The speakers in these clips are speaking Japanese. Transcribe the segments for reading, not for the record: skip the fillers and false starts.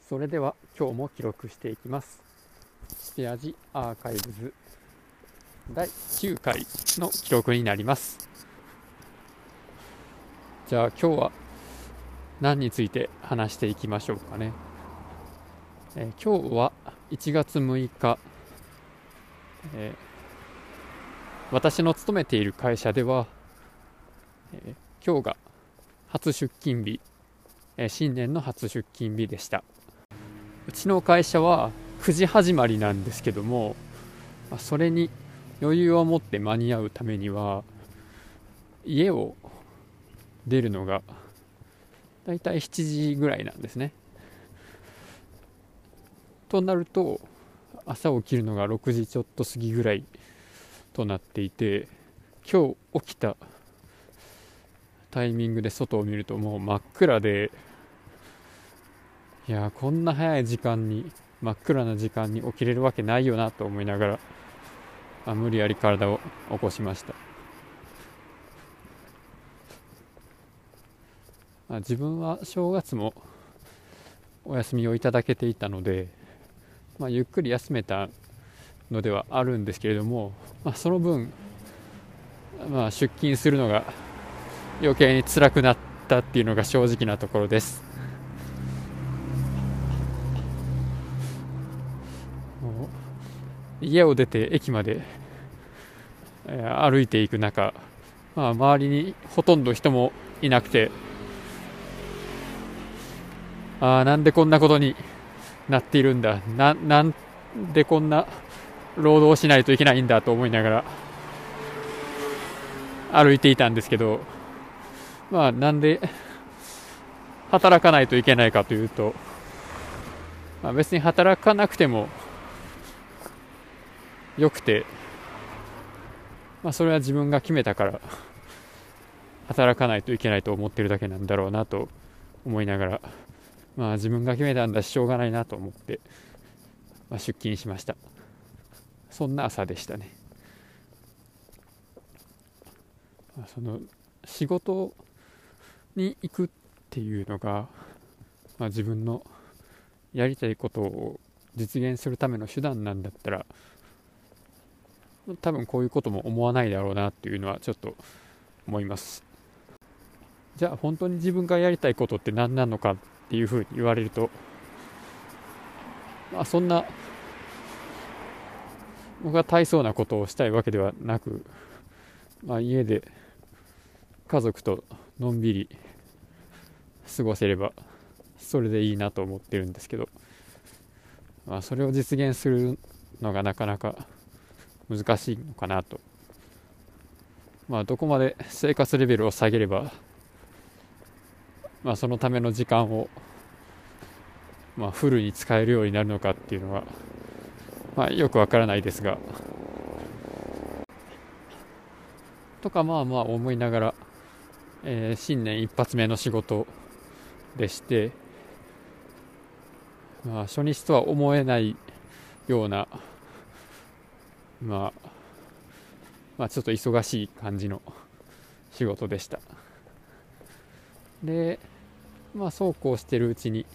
それでは今日も記録していきます。スペアジアーカイブズ第9回の記録になります。じゃあ今日は何について話していきましょうかね。今日は1月6日、私の勤めている会社では、今日が初出勤日、新年の初出勤日でした。うちの会社は9時始まりなんですけども、それに余裕を持って間に合うためには家を出るのがだいたい7時ぐらいなんですね。となると朝起きるのが6時ちょっと過ぎぐらいとなっていて、今日起きたタイミングで外を見るともう真っ暗で、いやこんな早い時間に真っ暗な時間に起きれるわけないよなと思いながら、無理やり体を起こしました。自分は正月もお休みをいただけていたので、ゆっくり休めたのではあるんですけれども、その分、出勤するのが余計に辛くなったっていうのが正直なところです。家を出て駅まで歩いていく中、周りにほとんど人もいなくて、なんでこんなことになっているんだ、なんでこんな労働をしないといけないんだと思いながら歩いていたんですけど、なんで働かないといけないかというと、別に働かなくてもよくて、それは自分が決めたから働かないといけないと思ってるだけなんだろうなと思いながら、自分が決めたんだししょうがないなと思って、出勤しました。そんな朝でしたね。その仕事に行くっていうのが、自分のやりたいことを実現するための手段なんだったら、多分こういうことも思わないだろうなっていうのはちょっと思います。じゃあ本当に自分がやりたいことって何なのかっていうふうに言われると、そんな僕が大層なことをしたいわけではなく、家で家族とのんびり過ごせればそれでいいなと思ってるんですけど、それを実現するのがなかなか難しいのかなと。どこまで生活レベルを下げれば、そのための時間を、フルに使えるようになるのかっていうのは、よくわからないですが、とか思いながら、新年一発目の仕事でして、初日とは思えないような、ちょっと忙しい感じの仕事でした。で、そうこうしてるうちに、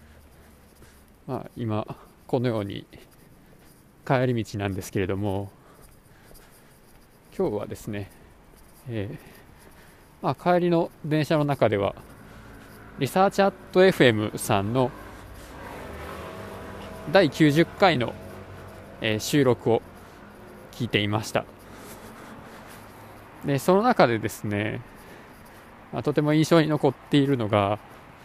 今このように帰り道なんですけれども、今日はですね、帰りの電車の中ではリサーチアット FM さんの第90回の、収録を聞いていました。でその中でですね、とても印象に残っているのが、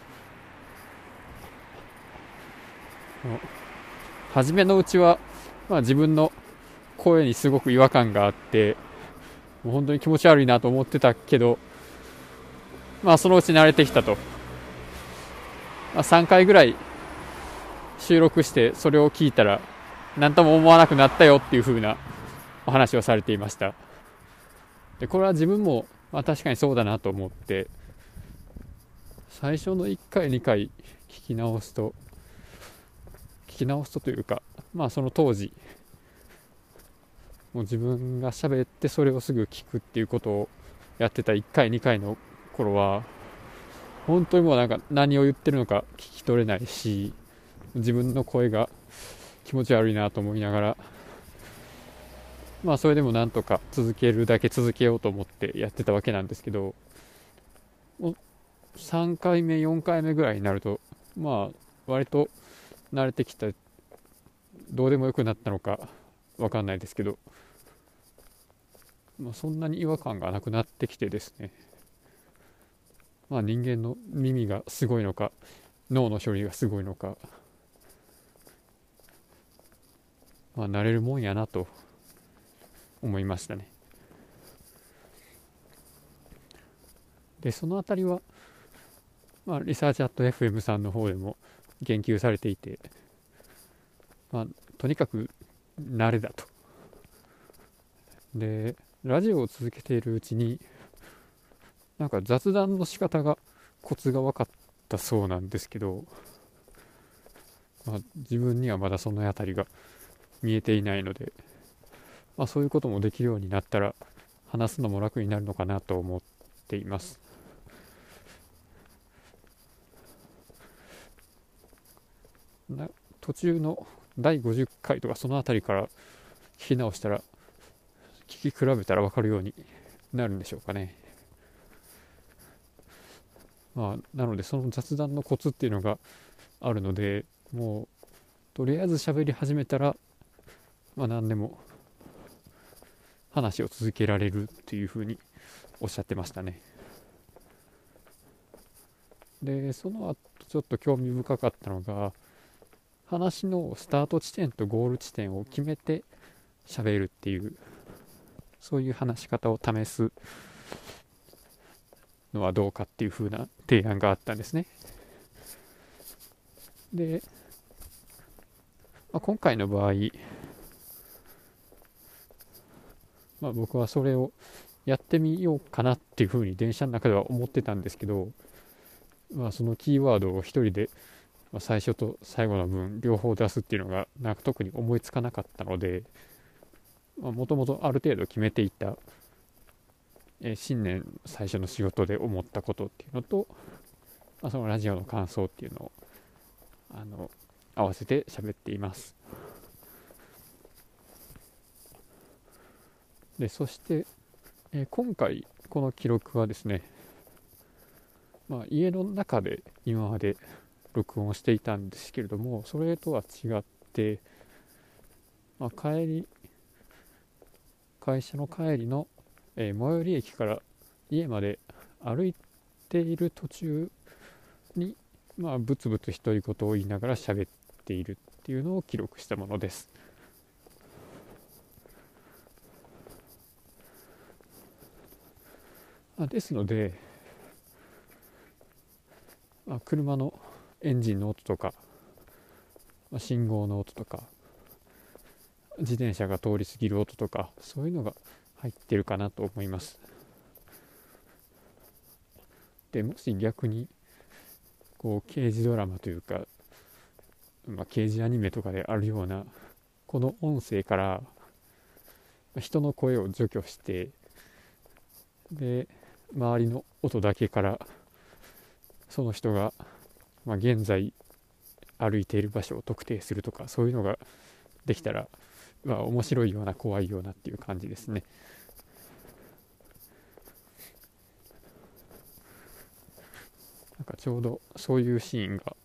初めのうちは、自分の声にすごく違和感があって、もう本当に気持ち悪いなと思ってたけど、そのうち慣れてきたと。3回ぐらい収録してそれを聞いたら何とも思わなくなったよっていう風なお話をされていました。でこれは自分も、確かにそうだなと思って、最初の1回2回聞き直すとというか、その当時もう自分が喋ってそれをすぐ聞くっていうことをやってた1回2回の頃は本当にもう何を言ってるのか聞き取れないし、 自分の声が気持ち悪いなと思いながら、それでもなんとか続けるだけ続けようと思ってやってたわけなんですけど、3回目4回目ぐらいになると割と慣れてきた、どうでもよくなったのかわかんないですけど、そんなに違和感がなくなってきてですね、人間の耳がすごいのか脳の処理がすごいのか、慣れるもんやなと思いましたね。でそのあたりは、リサーチアット FM さんの方でも言及されていて、とにかく慣れだと。でラジオを続けているうちになんか雑談の仕方がコツが分かったそうなんですけど、自分にはまだそのあたりが見えていないので、そういうこともできるようになったら話すのも楽になるのかなと思っています。途中の第50回とかそのあたりから聞き直したら、聞き比べたら分かるようになるんでしょうかね。なのでその雑談のコツっていうのがあるので、もうとりあえず喋り始めたら、何でも話を続けられるっていうふうにおっしゃってましたね。でその後ちょっと興味深かったのが、話のスタート地点とゴール地点を決めて喋るっていう、そういう話し方を試すのはどうかっていう風な提案があったんですね。で、今回の場合、僕はそれをやってみようかなっていう風に電車の中では思ってたんですけど、そのキーワードを一人で最初と最後の分両方出すっていうのが特に思いつかなかったので、もともとある程度決めていた新年最初の仕事で思ったことっていうのと、そのラジオの感想っていうのを合わせて喋っています。でそして、今回この記録はですね、家の中で今まで録音していたんですけれども、それとは違って、会社の帰りの、最寄り駅から家まで歩いている途中に、ブツブツ独り言を言いながら喋っているっていうのを記録したものです。ですので、車のエンジンの音とか、信号の音とか、自転車が通り過ぎる音とか、そういうのが入ってるかなと思います。でもし逆に刑事ドラマというか、刑事アニメとかであるような、この音声から人の声を除去して、で周りの音だけからその人が、現在歩いている場所を特定するとか、そういうのができたら、面白いような怖いようなっていう感じですね。ちょうどそういうシーンが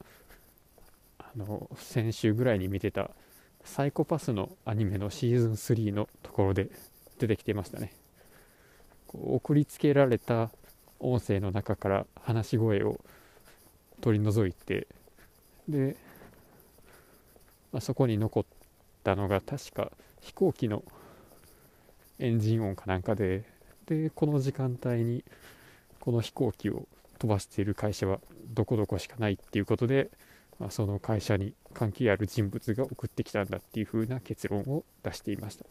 先週ぐらいに見てたサイコパスのアニメのシーズン3のところで出てきてましたね。送りつけられた音声の中から話し声を取り除いて、で、そこに残ったのが確か飛行機のエンジン音かなんかで、この時間帯にこの飛行機を飛ばしている会社はどこどこしかないっていうことで、その会社に関係ある人物が送ってきたんだっていう風な結論を出していました。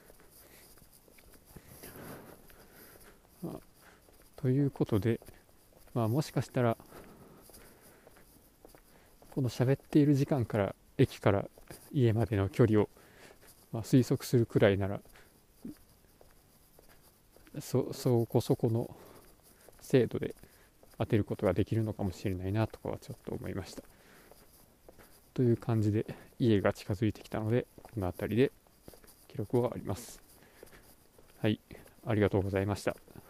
ということで、もしかしたらこの喋っている時間から駅から家までの距離を、推測するくらいなら、そこそこの精度で当てることができるのかもしれないなとかはちょっと思いました。 という感じで家が近づいてきたので、この辺りで記録があります。はい、ありがとうございました。